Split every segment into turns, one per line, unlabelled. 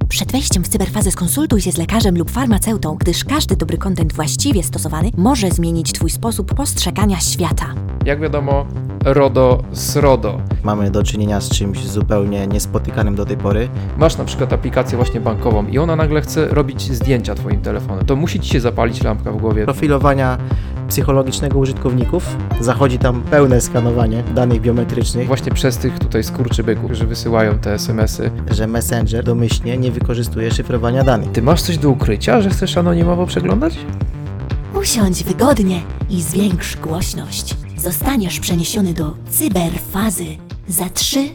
Przed wejściem w cyberfazę skonsultuj się z lekarzem lub farmaceutą, gdyż każdy dobry content właściwie stosowany może zmienić Twój sposób postrzegania świata.
Jak wiadomo, RODO z RODO.
Mamy do czynienia z czymś zupełnie niespotykanym do tej pory.
Masz na przykład aplikację właśnie bankową i ona nagle chce robić zdjęcia Twoim telefonem. To musi Ci się zapalić lampka w głowie.
Profilowania psychologicznego użytkowników. Zachodzi tam pełne skanowanie danych biometrycznych,
Właśnie przez tych tutaj skurczybyków, którzy wysyłają te SMS-y.
że Messenger domyślnie nie wykorzystuje szyfrowania danych.
Ty masz coś do ukrycia, że chcesz anonimowo przeglądać?
Usiądź wygodnie i zwiększ głośność. Zostaniesz przeniesiony do cyberfazy za 3,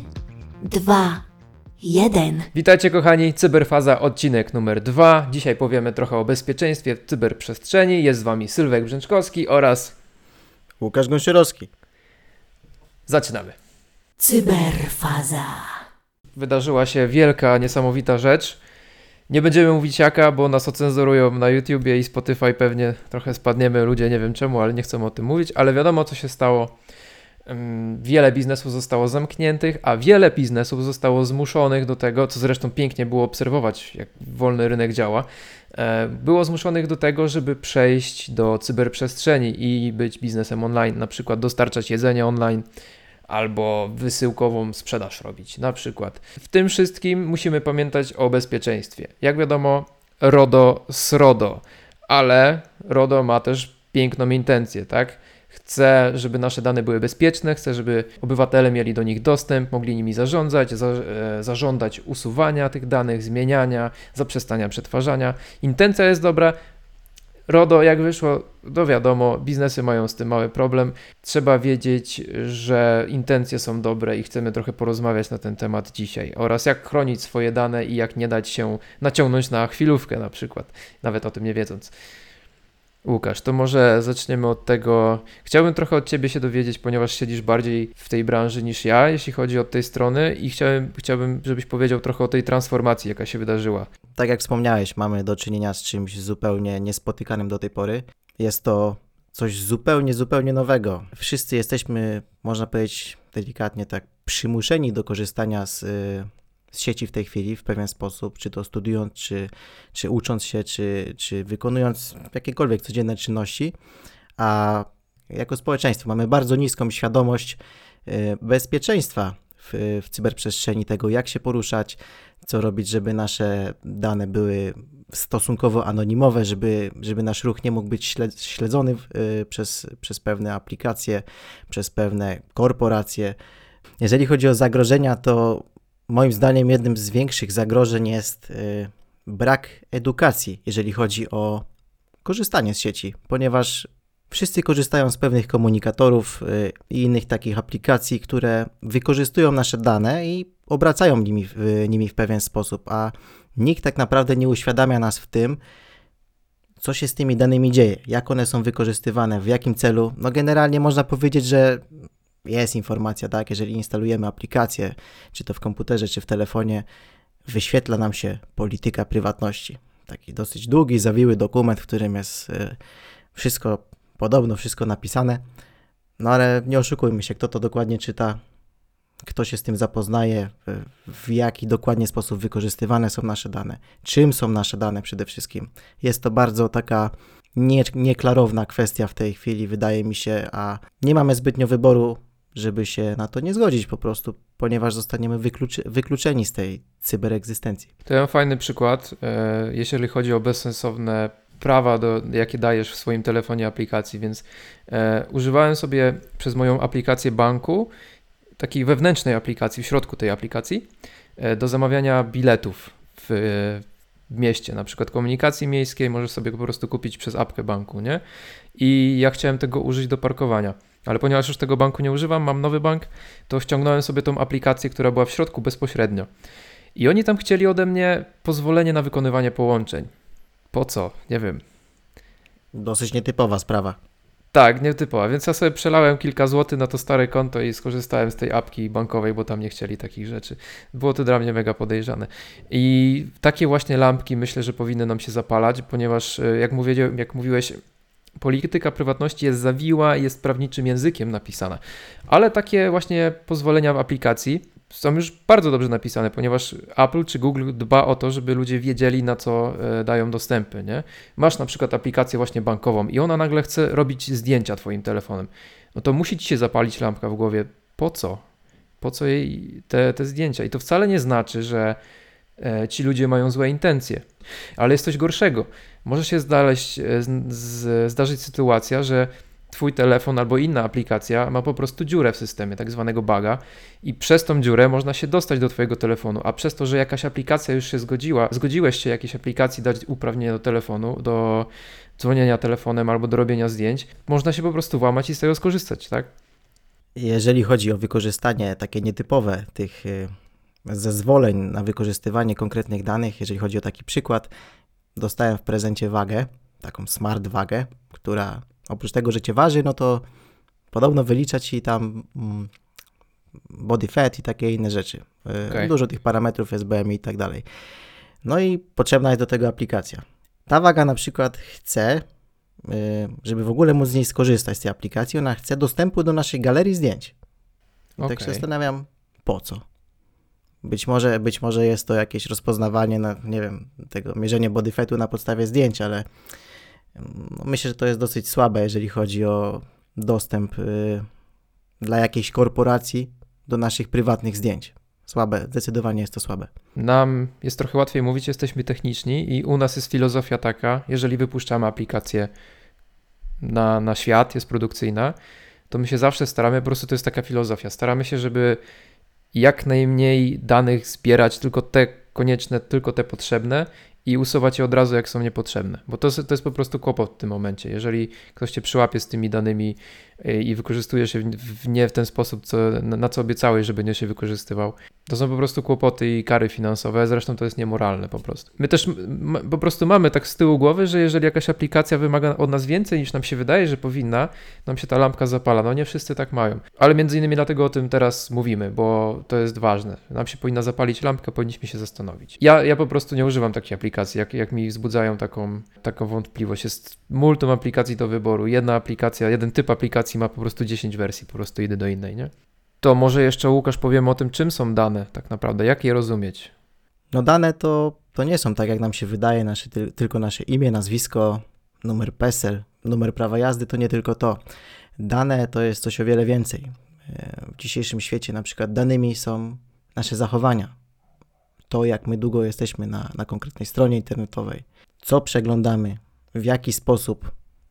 2, 1.
Witajcie kochani, Cyberfaza, odcinek numer 2. Dzisiaj powiemy trochę o bezpieczeństwie w cyberprzestrzeni. Jest z Wami Sylwek Brzęczkowski oraz...
Łukasz Gąsiorowski.
Zaczynamy.
Cyberfaza.
Wydarzyła się wielka, niesamowita rzecz. Nie będziemy mówić jaka, bo nas ocenzurują na YouTubie i Spotify, pewnie trochę spadniemy, ludzie nie wiem czemu, ale nie chcemy o tym mówić, ale wiadomo co się stało. Wiele biznesów zostało zamkniętych, a wiele biznesów zostało zmuszonych do tego, co zresztą pięknie było obserwować, jak wolny rynek działa, było zmuszonych do tego, żeby przejść do cyberprzestrzeni i być biznesem online, na przykład dostarczać jedzenie online, albo wysyłkową sprzedaż robić, na przykład. W tym wszystkim musimy pamiętać o bezpieczeństwie. Jak wiadomo, RODO z RODO, ale RODO ma też piękną intencję, tak? Chce, żeby nasze dane były bezpieczne, chce, żeby obywatele mieli do nich dostęp, mogli nimi zarządzać, zażądać usuwania tych danych, zmieniania, zaprzestania przetwarzania. Intencja jest dobra. RODO, jak wyszło, to wiadomo, biznesy mają z tym mały problem. Trzeba wiedzieć, że intencje są dobre i chcemy trochę porozmawiać na ten temat dzisiaj. Oraz jak chronić swoje dane i jak nie dać się naciągnąć na chwilówkę na przykład, nawet o tym nie wiedząc. Łukasz, to może zaczniemy od tego. Chciałbym trochę od Ciebie się dowiedzieć, ponieważ siedzisz bardziej w tej branży niż ja, jeśli chodzi od tej strony i chciałbym, żebyś powiedział trochę o tej transformacji, jaka się wydarzyła.
Tak jak wspomniałeś, mamy do czynienia z czymś zupełnie niespotykanym do tej pory. Jest to coś zupełnie nowego. Wszyscy jesteśmy, można powiedzieć delikatnie tak, przymuszeni do korzystania z sieci w tej chwili w pewien sposób, czy to studiując, czy ucząc się, czy wykonując jakiekolwiek codzienne czynności, a jako społeczeństwo mamy bardzo niską świadomość bezpieczeństwa w cyberprzestrzeni, tego jak się poruszać, co robić, żeby nasze dane były stosunkowo anonimowe, żeby nasz ruch nie mógł być śledzony przez pewne aplikacje, przez pewne korporacje. Jeżeli chodzi o zagrożenia, to moim zdaniem jednym z większych zagrożeń jest brak edukacji, jeżeli chodzi o korzystanie z sieci, ponieważ wszyscy korzystają z pewnych komunikatorów i innych takich aplikacji, które wykorzystują nasze dane i obracają nimi w pewien sposób, a nikt tak naprawdę nie uświadamia nas w tym, co się z tymi danymi dzieje, jak one są wykorzystywane, w jakim celu. No generalnie można powiedzieć, że jest informacja, tak, jeżeli instalujemy aplikację, czy to w komputerze, czy w telefonie, wyświetla nam się polityka prywatności. Taki dosyć długi, zawiły dokument, w którym jest wszystko napisane. No ale nie oszukujmy się, kto to dokładnie czyta, kto się z tym zapoznaje, w jaki dokładnie sposób wykorzystywane są nasze dane, czym są nasze dane przede wszystkim. Jest to bardzo taka nieklarowna kwestia w tej chwili, wydaje mi się, a nie mamy zbytnio wyboru, żeby się na to nie zgodzić po prostu, ponieważ zostaniemy wykluczeni z tej cyberegzystencji.
To ja mam fajny przykład, jeżeli chodzi o bezsensowne prawa, jakie dajesz w swoim telefonie aplikacji, więc używałem sobie przez moją aplikację banku, takiej wewnętrznej aplikacji, w środku tej aplikacji, do zamawiania biletów w mieście, na przykład komunikacji miejskiej, możesz sobie po prostu kupić przez apkę banku, nie? I ja chciałem tego użyć do parkowania, ale ponieważ już tego banku nie używam, mam nowy bank, to ściągnąłem sobie tą aplikację, która była w środku bezpośrednio. I oni tam chcieli ode mnie pozwolenie na wykonywanie połączeń. Po co? Nie wiem.
Dosyć nietypowa sprawa.
Tak, nietypowa, więc ja sobie przelałem kilka złotych na to stare konto i skorzystałem z tej apki bankowej, bo tam nie chcieli takich rzeczy. Było to dla mnie mega podejrzane. I takie właśnie lampki myślę, że powinny nam się zapalać, ponieważ jak mówiłeś, polityka prywatności jest zawiła i jest prawniczym językiem napisana. Ale takie właśnie pozwolenia w aplikacji są już bardzo dobrze napisane, ponieważ Apple czy Google dba o to, żeby ludzie wiedzieli, na co dają dostępy, nie? Masz na przykład aplikację właśnie bankową i ona nagle chce robić zdjęcia twoim telefonem. No to musi ci się zapalić lampka w głowie. Po co? Po co jej te zdjęcia? I to wcale nie znaczy, że ci ludzie mają złe intencje. Ale jest coś gorszego. Może się zdarzyć sytuacja, że twój telefon albo inna aplikacja ma po prostu dziurę w systemie, tak zwanego buga i przez tą dziurę można się dostać do twojego telefonu, a przez to, że jakaś aplikacja już się zgodziłeś się jakiejś aplikacji dać uprawnienie do telefonu, do dzwonienia telefonem albo do robienia zdjęć, można się po prostu włamać i z tego skorzystać, tak?
Jeżeli chodzi o wykorzystanie takie nietypowe tych zezwoleń na wykorzystywanie konkretnych danych, jeżeli chodzi o taki przykład, dostałem w prezencie wagę, taką smart wagę, która oprócz tego, że cię waży, no to podobno wylicza ci tam body fat i takie inne rzeczy.
Okay.
Dużo tych parametrów jest BMI i tak dalej. No i potrzebna jest do tego aplikacja. Ta waga na przykład chce, żeby w ogóle móc z niej skorzystać, z tej aplikacji, ona chce dostępu do naszej galerii zdjęć. I tak się zastanawiam, po co? Być może jest to jakieś rozpoznawanie, nie wiem, tego mierzenie body fatu na podstawie zdjęć, ale myślę, że to jest dosyć słabe, jeżeli chodzi o dostęp dla jakiejś korporacji do naszych prywatnych zdjęć. Słabe, zdecydowanie jest to słabe.
Nam jest trochę łatwiej mówić, jesteśmy techniczni i u nas jest filozofia taka, jeżeli wypuszczamy aplikację na świat, jest produkcyjna, to my się zawsze staramy, po prostu to jest taka filozofia, staramy się, żeby jak najmniej danych zbierać, tylko te konieczne, tylko te potrzebne i usuwać je od razu, jak są niepotrzebne. Bo to jest po prostu kłopot w tym momencie. Jeżeli ktoś cię przyłapie z tymi danymi i wykorzystuje się nie w ten sposób, na co obiecałeś, żeby nie się wykorzystywał, to są po prostu kłopoty i kary finansowe, zresztą to jest niemoralne po prostu. My też po prostu mamy tak z tyłu głowy, że jeżeli jakaś aplikacja wymaga od nas więcej niż nam się wydaje, że powinna, nam się ta lampka zapala. No nie wszyscy tak mają. Ale między innymi dlatego o tym teraz mówimy, bo to jest ważne. Nam się powinna zapalić lampka, powinniśmy się zastanowić. Ja po prostu nie używam takiej aplikacji, jak mi wzbudzają taką wątpliwość. Jest multum aplikacji do wyboru. Jeden typ aplikacji ma po prostu 10 wersji, po prostu idę do innej, nie? To może jeszcze, Łukasz, powiemy o tym, czym są dane tak naprawdę, jak je rozumieć?
No dane to nie są tak, jak nam się wydaje, tylko nasze imię, nazwisko, numer PESEL, numer prawa jazdy, to nie tylko to. Dane to jest coś o wiele więcej. W dzisiejszym świecie na przykład danymi są nasze zachowania. To, jak my długo jesteśmy na konkretnej stronie internetowej, co przeglądamy, w jaki sposób.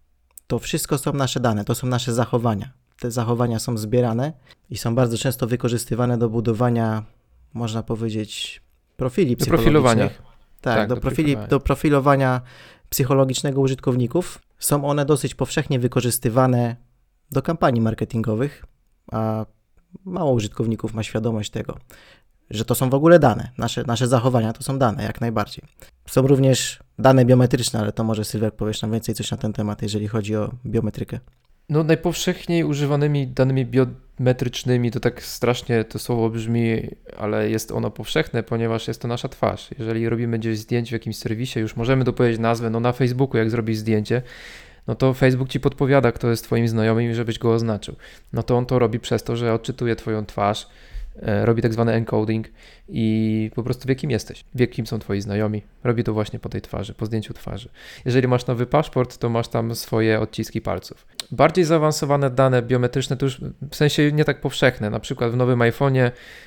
To wszystko są nasze dane, to są nasze zachowania. Te zachowania są zbierane i są bardzo często wykorzystywane do budowania, można powiedzieć, profili psychologicznych. Tak, do profilowania psychologicznego użytkowników. Są one dosyć powszechnie wykorzystywane do kampanii marketingowych, a mało użytkowników ma świadomość tego, że to są w ogóle dane. Nasze zachowania to są dane, jak najbardziej. Są również dane biometryczne, ale to może Sylwek powiesz nam więcej coś na ten temat, jeżeli chodzi o biometrykę.
No najpowszechniej używanymi danymi biometrycznymi, to tak strasznie to słowo brzmi, ale jest ono powszechne, ponieważ jest to nasza twarz. Jeżeli robimy gdzieś zdjęcie w jakimś serwisie, już możemy dopowiedzieć nazwę, no na Facebooku jak zrobisz zdjęcie, no to Facebook ci podpowiada, kto jest twoim znajomym i żebyś go oznaczył. No to on to robi przez to, że odczytuje twoją twarz, robi tak zwany encoding i po prostu wie, kim jesteś, wie, kim są twoi znajomi. Robi to właśnie po tej twarzy, po zdjęciu twarzy. Jeżeli masz nowy paszport, to masz tam swoje odciski palców. Bardziej zaawansowane dane biometryczne to już w sensie nie tak powszechne. Na przykład w nowym iPhone'ie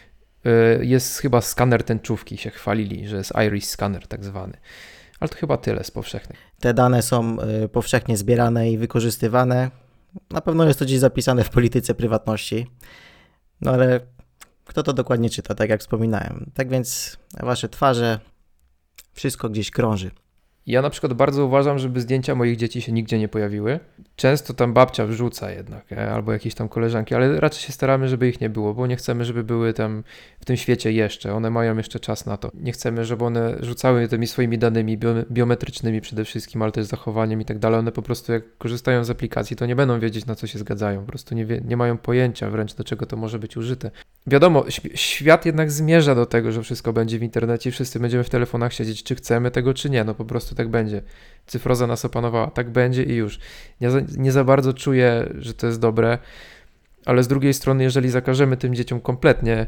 jest chyba skaner tęczówki, się chwalili, że jest iris scanner tak zwany. Ale to chyba tyle z powszechnych.
Te dane są powszechnie zbierane i wykorzystywane. Na pewno jest to gdzieś zapisane w polityce prywatności. No ale kto to dokładnie czyta, tak jak wspominałem. Tak więc wasze twarze, wszystko gdzieś krąży.
Ja na przykład bardzo uważam, żeby zdjęcia moich dzieci się nigdzie nie pojawiły. Często tam babcia wrzuca jednak, albo jakieś tam koleżanki, ale raczej się staramy, żeby ich nie było, bo nie chcemy, żeby były tam w tym świecie jeszcze. One mają jeszcze czas na to. Nie chcemy, żeby one rzucały tymi swoimi danymi biometrycznymi przede wszystkim, ale też zachowaniem i tak dalej. One po prostu jak korzystają z aplikacji, to nie będą wiedzieć, na co się zgadzają. Po prostu nie mają pojęcia wręcz, do czego to może być użyte. Wiadomo, świat jednak zmierza do tego, że wszystko będzie w internecie i wszyscy będziemy w telefonach siedzieć, czy chcemy tego, czy nie. No po prostu tak będzie. Cyfroza nas opanowała. Tak będzie i już. Nie za bardzo czuję, że to jest dobre, ale z drugiej strony, jeżeli zakażemy tym dzieciom kompletnie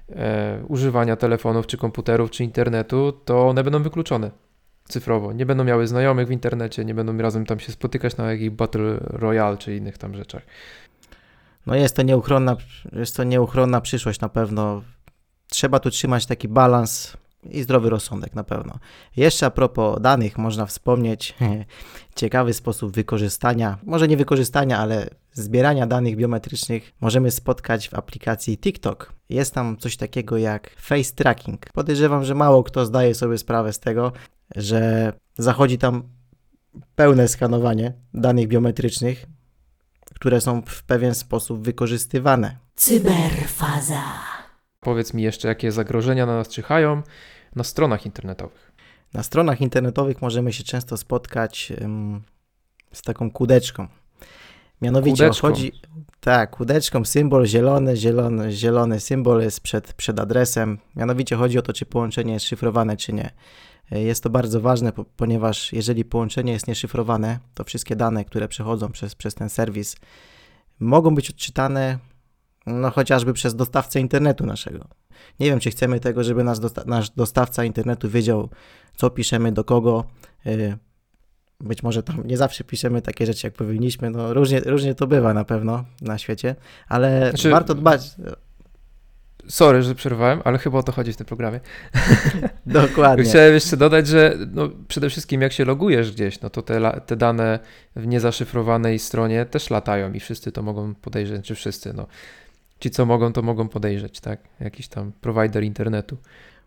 używania telefonów, czy komputerów, czy internetu, to one będą wykluczone cyfrowo. Nie będą miały znajomych w internecie, nie będą razem tam się spotykać na jakichś Battle Royale, czy innych tam rzeczach.
No jest to nieuchronna przyszłość na pewno. Trzeba tu trzymać taki balans i zdrowy rozsądek na pewno. Jeszcze a propos danych można wspomnieć ciekawy sposób wykorzystania, może nie wykorzystania, ale zbierania danych biometrycznych możemy spotkać w aplikacji TikTok. Jest tam coś takiego jak face tracking. Podejrzewam, że mało kto zdaje sobie sprawę z tego, że zachodzi tam pełne skanowanie danych biometrycznych, które są w pewien sposób wykorzystywane.
Cyberfaza.
Powiedz mi jeszcze, jakie zagrożenia na nas czyhają na stronach internetowych.
Na stronach internetowych możemy się często spotkać z taką kółdeczką. Mianowicie chodzi... Tak, kółdeczką, symbol zielony symbol jest przed adresem. Mianowicie chodzi o to, czy połączenie jest szyfrowane, czy nie. Jest to bardzo ważne, ponieważ jeżeli połączenie jest nieszyfrowane, to wszystkie dane, które przechodzą przez ten serwis, mogą być odczytane chociażby przez dostawcę internetu naszego. Nie wiem, czy chcemy tego, żeby nasz dostawca internetu wiedział, co piszemy, do kogo. Być może tam nie zawsze piszemy takie rzeczy, jak powinniśmy. No, różnie to bywa na pewno na świecie, ale warto dbać.
Sorry, że przerwałem, ale chyba o to chodzi w tym programie.
Dokładnie.
Chciałem jeszcze dodać, że przede wszystkim jak się logujesz gdzieś, no to te dane w niezaszyfrowanej stronie też latają i wszyscy to mogą podejrzeć, czy wszyscy, ci co mogą, to mogą podejrzeć, tak? Jakiś tam prowajder internetu.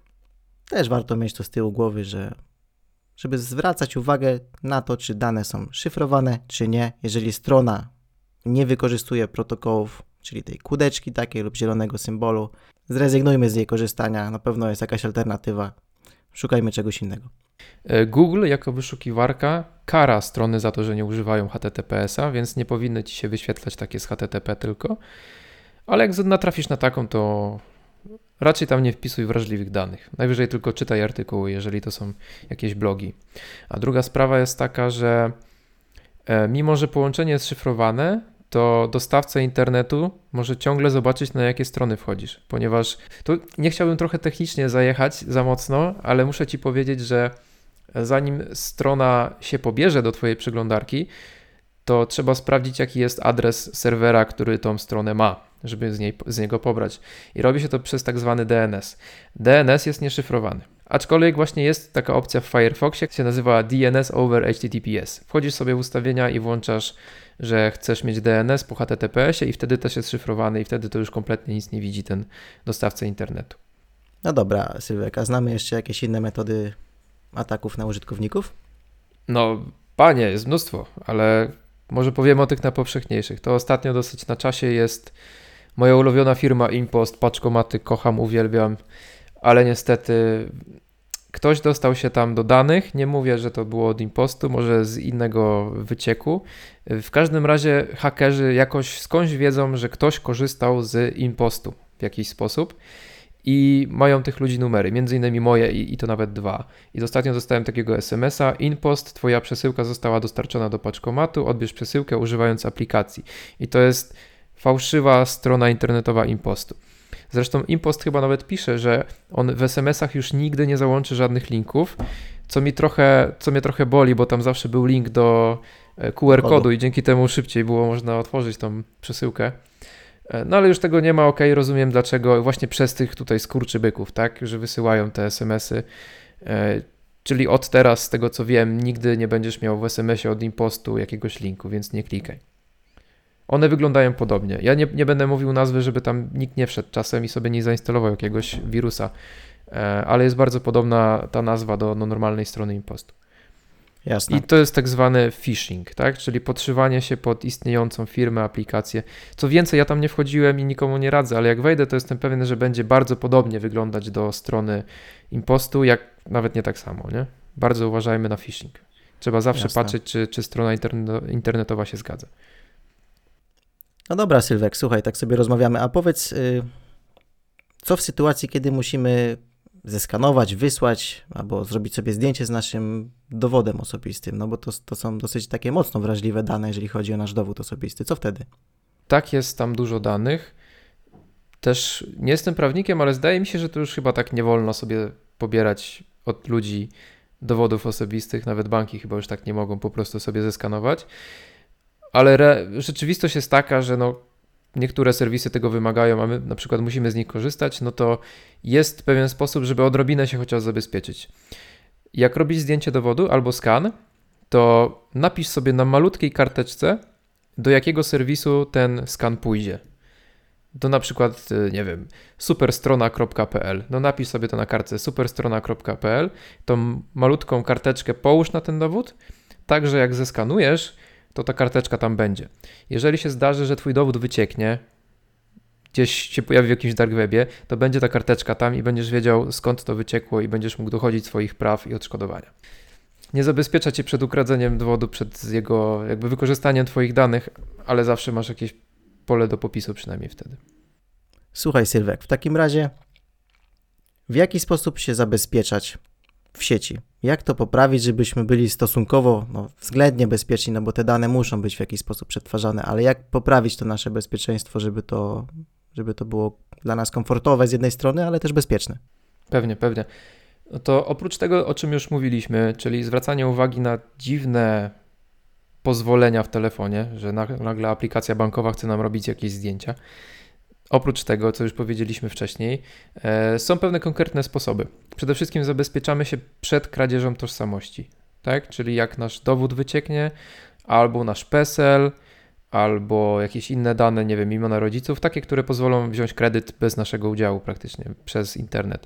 Też warto mieć to z tyłu głowy, żeby zwracać uwagę na to, czy dane są szyfrowane, czy nie. Jeżeli strona nie wykorzystuje protokołów, czyli tej kółdeczki takiej lub zielonego symbolu, zrezygnujmy z jej korzystania. Na pewno jest jakaś alternatywa. Szukajmy czegoś innego.
Google jako wyszukiwarka kara strony za to, że nie używają HTTPS-a, więc nie powinny ci się wyświetlać takie z HTTP tylko. Ale jak natrafisz na taką, to raczej tam nie wpisuj wrażliwych danych. Najwyżej tylko czytaj artykuły, jeżeli to są jakieś blogi. A druga sprawa jest taka, że mimo, że połączenie jest szyfrowane, to dostawca internetu może ciągle zobaczyć, na jakie strony wchodzisz. Ponieważ tu nie chciałbym trochę technicznie zajechać za mocno, ale muszę ci powiedzieć, że zanim strona się pobierze do twojej przeglądarki, to trzeba sprawdzić, jaki jest adres serwera, który tą stronę ma, żeby z niego pobrać. I robi się to przez tak zwany DNS. DNS jest nieszyfrowany. Aczkolwiek właśnie jest taka opcja w Firefoxie, która się nazywa DNS over HTTPS. Wchodzisz sobie w ustawienia i włączasz, że chcesz mieć DNS po HTTPS-ie i wtedy też jest szyfrowany i wtedy to już kompletnie nic nie widzi ten dostawca internetu.
No dobra, Sylwek, a znamy jeszcze jakieś inne metody ataków na użytkowników?
No, panie, jest mnóstwo, ale może powiemy o tych najpowszechniejszych. To ostatnio dosyć na czasie jest moja ulubiona firma Impost, paczkomaty, kocham, uwielbiam, ale niestety ktoś dostał się tam do danych, nie mówię, że to było od Impostu, może z innego wycieku. W każdym razie hakerzy jakoś skądś wiedzą, że ktoś korzystał z Impostu w jakiś sposób i mają tych ludzi numery, między innymi moje i to nawet 2. I ostatnio dostałem takiego SMS-a: Impost, twoja przesyłka została dostarczona do paczkomatu, odbierz przesyłkę używając aplikacji. I to jest fałszywa strona internetowa Impostu. Zresztą Impost chyba nawet pisze, że on w SMS-ach już nigdy nie załączy żadnych linków, co mnie trochę boli, bo tam zawsze był link do QR kodu i dzięki temu szybciej było można otworzyć tą przesyłkę. No ale już tego nie ma, rozumiem dlaczego, właśnie przez tych tutaj skurczybyków, tak, że wysyłają te SMS-y, czyli od teraz, z tego co wiem, nigdy nie będziesz miał w SMS-ie od Impostu jakiegoś linku, więc nie klikaj. One wyglądają podobnie. Ja nie będę mówił nazwy, żeby tam nikt nie wszedł czasem i sobie nie zainstalował jakiegoś wirusa, ale jest bardzo podobna ta nazwa do normalnej strony Impostu.
Jasne.
I to jest tak zwany phishing, tak? Czyli podszywanie się pod istniejącą firmę, aplikację. Co więcej, ja tam nie wchodziłem i nikomu nie radzę, ale jak wejdę, to jestem pewien, że będzie bardzo podobnie wyglądać do strony Impostu, jak nawet nie tak samo, nie? Bardzo uważajmy na phishing. Trzeba zawsze patrzeć, czy strona internetowa się zgadza.
No dobra, Sylwek, słuchaj, tak sobie rozmawiamy, a powiedz, co w sytuacji, kiedy musimy zeskanować, wysłać albo zrobić sobie zdjęcie z naszym dowodem osobistym, no bo to są dosyć takie mocno wrażliwe dane, jeżeli chodzi o nasz dowód osobisty. Co wtedy?
Tak, jest tam dużo danych. Też nie jestem prawnikiem, ale zdaje mi się, że to już chyba tak nie wolno sobie pobierać od ludzi dowodów osobistych, nawet banki chyba już tak nie mogą po prostu sobie zeskanować. Ale rzeczywistość jest taka, że niektóre serwisy tego wymagają, a my na przykład musimy z nich korzystać, no to jest pewien sposób, żeby odrobinę się chociaż zabezpieczyć. Jak robisz zdjęcie dowodu albo skan, to napisz sobie na malutkiej karteczce, do jakiego serwisu ten skan pójdzie. To na przykład, nie wiem, superstrona.pl. Napisz sobie to na kartce superstrona.pl, tą malutką karteczkę połóż na ten dowód, tak że jak zeskanujesz, to ta karteczka tam będzie. Jeżeli się zdarzy, że twój dowód wycieknie, gdzieś się pojawi w jakimś dark webie, to będzie ta karteczka tam i będziesz wiedział, skąd to wyciekło i będziesz mógł dochodzić swoich praw i odszkodowania. Nie zabezpiecza cię przed ukradzeniem dowodu, przed jego jakby wykorzystaniem twoich danych, ale zawsze masz jakieś pole do popisu przynajmniej wtedy.
Słuchaj, Sylwek, w takim razie w jaki sposób się zabezpieczać w sieci? Jak to poprawić, żebyśmy byli stosunkowo względnie bezpieczni, bo te dane muszą być w jakiś sposób przetwarzane, ale jak poprawić to nasze bezpieczeństwo, żeby to było dla nas komfortowe z jednej strony, ale też bezpieczne?
Pewnie. No to oprócz tego, o czym już mówiliśmy, czyli zwracanie uwagi na dziwne pozwolenia w telefonie, że nagle aplikacja bankowa chce nam robić jakieś zdjęcia. Oprócz tego, co już powiedzieliśmy wcześniej, są pewne konkretne sposoby. Przede wszystkim zabezpieczamy się przed kradzieżą tożsamości, tak? Czyli jak nasz dowód wycieknie, albo nasz PESEL, albo jakieś inne dane, nie wiem, imiona rodziców, takie, które pozwolą wziąć kredyt bez naszego udziału praktycznie przez internet.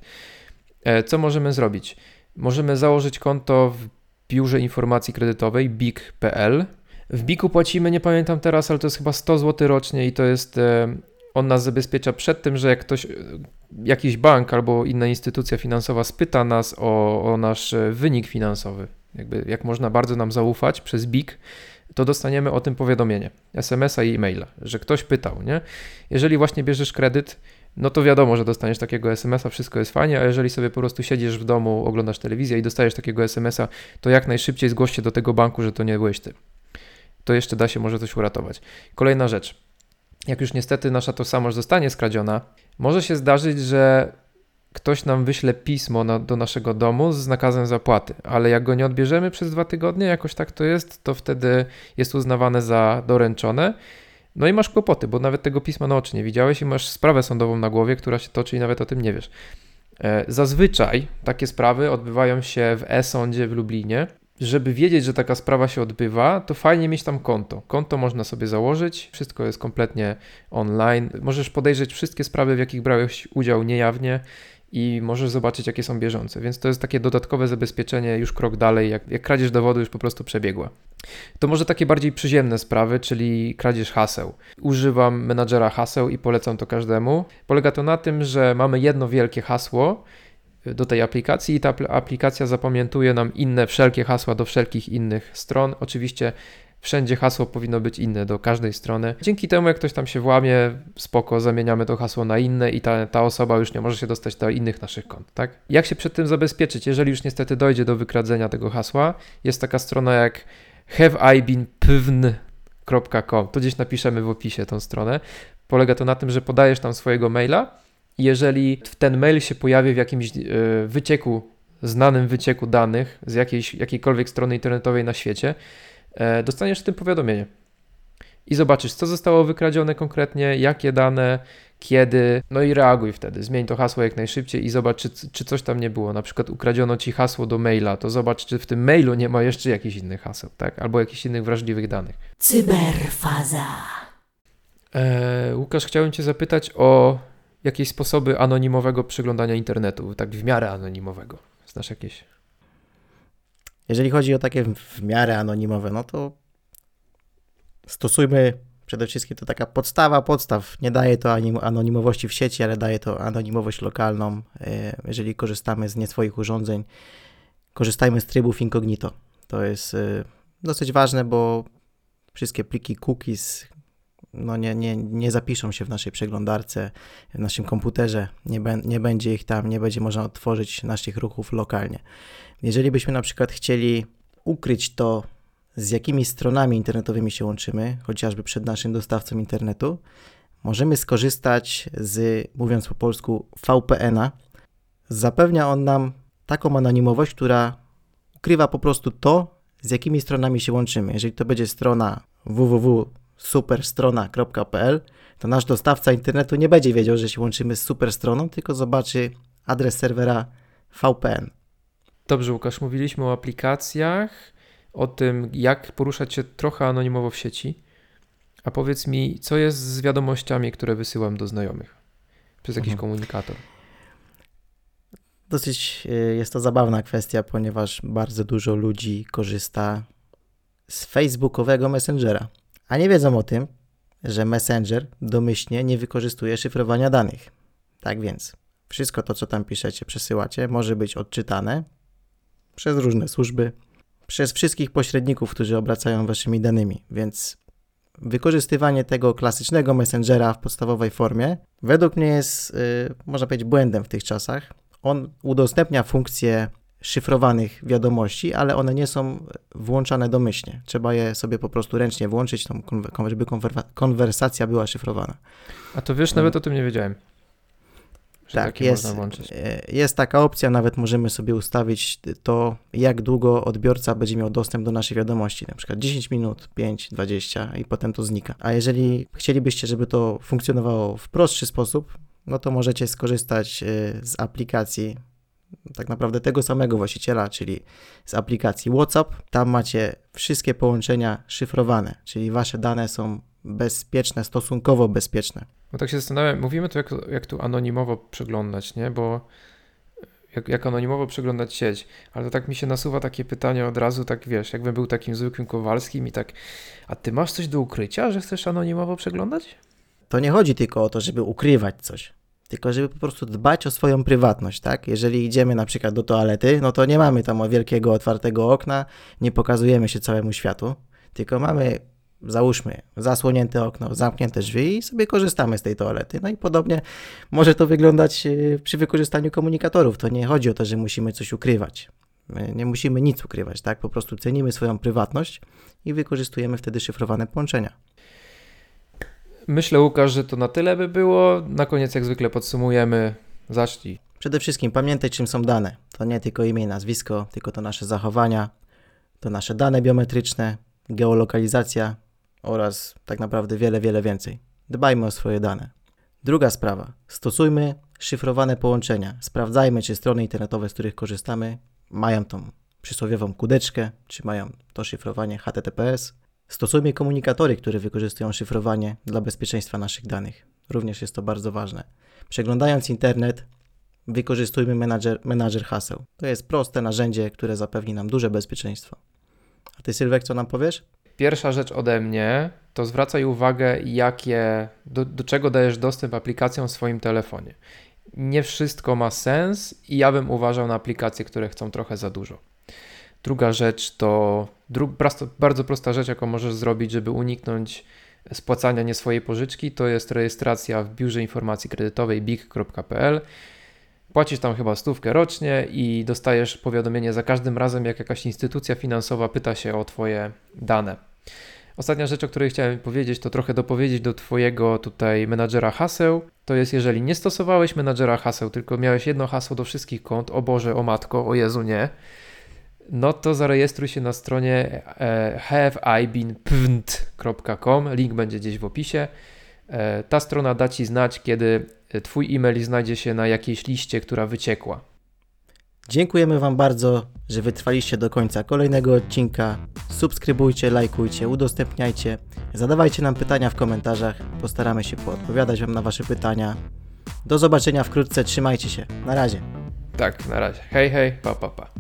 Co możemy zrobić? Możemy założyć konto w Biurze Informacji Kredytowej BIK.pl. W BIK-u płacimy, nie pamiętam teraz, ale to jest chyba 100 zł rocznie i to jest... On nas zabezpiecza przed tym, że jak jakiś bank albo inna instytucja finansowa spyta nas o nasz wynik finansowy, jak można bardzo nam zaufać przez BIK, to dostaniemy o tym powiadomienie, SMS-a i e-maila, że ktoś pytał, nie? Jeżeli właśnie bierzesz kredyt, no to wiadomo, że dostaniesz takiego SMS-a, wszystko jest fajnie, a jeżeli sobie po prostu siedzisz w domu, oglądasz telewizję i dostajesz takiego SMS-a, to jak najszybciej zgłoś się do tego banku, że to nie byłeś ty. To jeszcze da się może coś uratować. Kolejna rzecz. Jak już niestety nasza tożsamość zostanie skradziona, może się zdarzyć, że ktoś nam wyśle pismo do naszego domu z nakazem zapłaty, ale jak go nie odbierzemy przez 2 tygodnie, jakoś tak to jest, to wtedy jest uznawane za doręczone. No i masz kłopoty, bo nawet tego pisma na oczy nie widziałeś i masz sprawę sądową na głowie, która się toczy i nawet o tym nie wiesz. Zazwyczaj takie sprawy odbywają się w e-sądzie w Lublinie. Żeby wiedzieć, że taka sprawa się odbywa, to fajnie mieć tam konto. Konto można sobie założyć, wszystko jest kompletnie online. Możesz podejrzeć wszystkie sprawy, w jakich brałeś udział niejawnie i możesz zobaczyć, jakie są bieżące. Więc to jest takie dodatkowe zabezpieczenie, już krok dalej, jak kradzież dowodu już po prostu przebiegła. To może takie bardziej przyziemne sprawy, czyli kradzież haseł. Używam menadżera haseł i polecam to każdemu. Polega to na tym, że mamy jedno wielkie hasło do tej aplikacji i ta aplikacja zapamiętuje nam wszelkie hasła do wszelkich innych stron. Oczywiście wszędzie hasło powinno być inne do każdej strony. Dzięki temu, jak ktoś tam się włamie, spoko, zamieniamy to hasło na inne i ta osoba już nie może się dostać do innych naszych kont, tak? Jak się przed tym zabezpieczyć? Jeżeli już niestety dojdzie do wykradzenia tego hasła, jest taka strona jak haveibeenpewny.com. To gdzieś napiszemy w opisie tą stronę. Polega to na tym, że podajesz tam swojego maila. Jeżeli ten mail się pojawi w jakimś znanym wycieku danych z jakiejkolwiek strony internetowej na świecie, dostaniesz w tym powiadomienie i zobaczysz, co zostało wykradzione konkretnie, jakie dane, kiedy, no i reaguj wtedy. Zmień to hasło jak najszybciej i zobacz, czy coś tam nie było. Na przykład ukradziono ci hasło do maila, to zobacz, czy w tym mailu nie ma jeszcze jakichś innych haseł, tak? Albo jakichś innych wrażliwych danych.
Cyberfaza.
Łukasz, chciałem cię zapytać o jakieś sposoby anonimowego przeglądania internetu, tak w miarę anonimowego. Znasz jakieś?
Jeżeli chodzi o takie w miarę anonimowe, no to stosujmy przede wszystkim to taka podstaw. Nie daje to anonimowości w sieci, ale daje to anonimowość lokalną. Jeżeli korzystamy z nie swoich urządzeń, korzystajmy z trybów incognito. To jest dosyć ważne, bo wszystkie pliki cookies nie zapiszą się w naszej przeglądarce, w naszym komputerze, nie będzie ich tam, nie będzie można odtworzyć naszych ruchów lokalnie. Jeżeli byśmy na przykład chcieli ukryć to, z jakimi stronami internetowymi się łączymy, chociażby przed naszym dostawcą internetu, możemy skorzystać z, mówiąc po polsku, VPN-a. Zapewnia on nam taką anonimowość, która ukrywa po prostu to, z jakimi stronami się łączymy. Jeżeli to będzie strona www.superstrona.pl, to nasz dostawca internetu nie będzie wiedział, że się łączymy z superstroną, tylko zobaczy adres serwera VPN.
Dobrze, Łukasz, mówiliśmy o aplikacjach, o tym, jak poruszać się trochę anonimowo w sieci. A powiedz mi, co jest z wiadomościami, które wysyłam do znajomych przez jakiś komunikator?
Dosyć jest to zabawna kwestia, ponieważ bardzo dużo ludzi korzysta z facebookowego Messengera, a nie wiedzą o tym, że Messenger domyślnie nie wykorzystuje szyfrowania danych. Tak więc wszystko to, co tam piszecie, przesyłacie, może być odczytane przez różne służby, przez wszystkich pośredników, którzy obracają waszymi danymi, więc wykorzystywanie tego klasycznego Messengera w podstawowej formie według mnie jest, można powiedzieć, błędem w tych czasach. On udostępnia funkcje szyfrowanych wiadomości, ale one nie są włączane domyślnie. Trzeba je sobie po prostu ręcznie włączyć, żeby konwersacja była szyfrowana.
A to wiesz, nawet o tym nie wiedziałem.
Tak, jest taka opcja, nawet możemy sobie ustawić to, jak długo odbiorca będzie miał dostęp do naszej wiadomości, na przykład 10 minut, 5, 20 i potem to znika. A jeżeli chcielibyście, żeby to funkcjonowało w prostszy sposób, no to możecie skorzystać z aplikacji tak naprawdę tego samego właściciela, czyli z aplikacji WhatsApp. Tam macie wszystkie połączenia szyfrowane, czyli wasze dane są bezpieczne, stosunkowo bezpieczne.
No tak się zastanawiam, mówimy tu jak tu anonimowo przeglądać, nie? Bo jak anonimowo przeglądać sieć, ale to tak mi się nasuwa takie pytanie od razu, tak wiesz, jakbym był takim zwykłym Kowalskim i tak, a ty masz coś do ukrycia, że chcesz anonimowo przeglądać?
To nie chodzi tylko o to, żeby ukrywać coś, tylko żeby po prostu dbać o swoją prywatność, tak? Jeżeli idziemy na przykład do toalety, no to nie mamy tam wielkiego otwartego okna, nie pokazujemy się całemu światu, tylko mamy, załóżmy, zasłonięte okno, zamknięte drzwi i sobie korzystamy z tej toalety. No i podobnie może to wyglądać przy wykorzystaniu komunikatorów. To nie chodzi o to, że musimy coś ukrywać. My nie musimy nic ukrywać, tak? Po prostu cenimy swoją prywatność i wykorzystujemy wtedy szyfrowane połączenia.
Myślę, Łukasz, że to na tyle by było. Na koniec jak zwykle podsumujemy. Zacznij.
Przede wszystkim pamiętaj, czym są dane. To nie tylko imię i nazwisko, tylko to nasze zachowania, to nasze dane biometryczne, geolokalizacja oraz tak naprawdę wiele, wiele więcej. Dbajmy o swoje dane. Druga sprawa. Stosujmy szyfrowane połączenia. Sprawdzajmy, czy strony internetowe, z których korzystamy, mają tą przysłowiową kudeczkę, czy mają to szyfrowanie HTTPS. Stosujmy komunikatory, które wykorzystują szyfrowanie dla bezpieczeństwa naszych danych. Również jest to bardzo ważne. Przeglądając internet, wykorzystujmy menadżer haseł. To jest proste narzędzie, które zapewni nam duże bezpieczeństwo. A ty, Sylwek, co nam powiesz?
Pierwsza rzecz ode mnie to zwracaj uwagę, do czego dajesz dostęp aplikacjom w swoim telefonie. Nie wszystko ma sens i ja bym uważał na aplikacje, które chcą trochę za dużo. Druga rzecz to bardzo prosta rzecz, jaką możesz zrobić, żeby uniknąć spłacania nie swojej pożyczki, to jest rejestracja w biurze informacji kredytowej big.pl. Płacisz tam chyba 100 rocznie i dostajesz powiadomienie za każdym razem, jak jakaś instytucja finansowa pyta się o twoje dane. Ostatnia rzecz, o której chciałem powiedzieć, to trochę dopowiedzieć do twojego tutaj menadżera haseł. To jest, jeżeli nie stosowałeś menadżera haseł, tylko miałeś jedno hasło do wszystkich kont, o Boże, o matko, o Jezu, nie, no to zarejestruj się na stronie haveibeenpwnt.com, link będzie gdzieś w opisie. Ta strona da ci znać, kiedy twój e-mail znajdzie się na jakiejś liście, która wyciekła.
Dziękujemy wam bardzo, że wytrwaliście do końca kolejnego odcinka. Subskrybujcie, lajkujcie, udostępniajcie, zadawajcie nam pytania w komentarzach. Postaramy się odpowiadać wam na wasze pytania. Do zobaczenia wkrótce, trzymajcie się. Na razie.
Tak, na razie. Hej, hej, pa, pa, pa.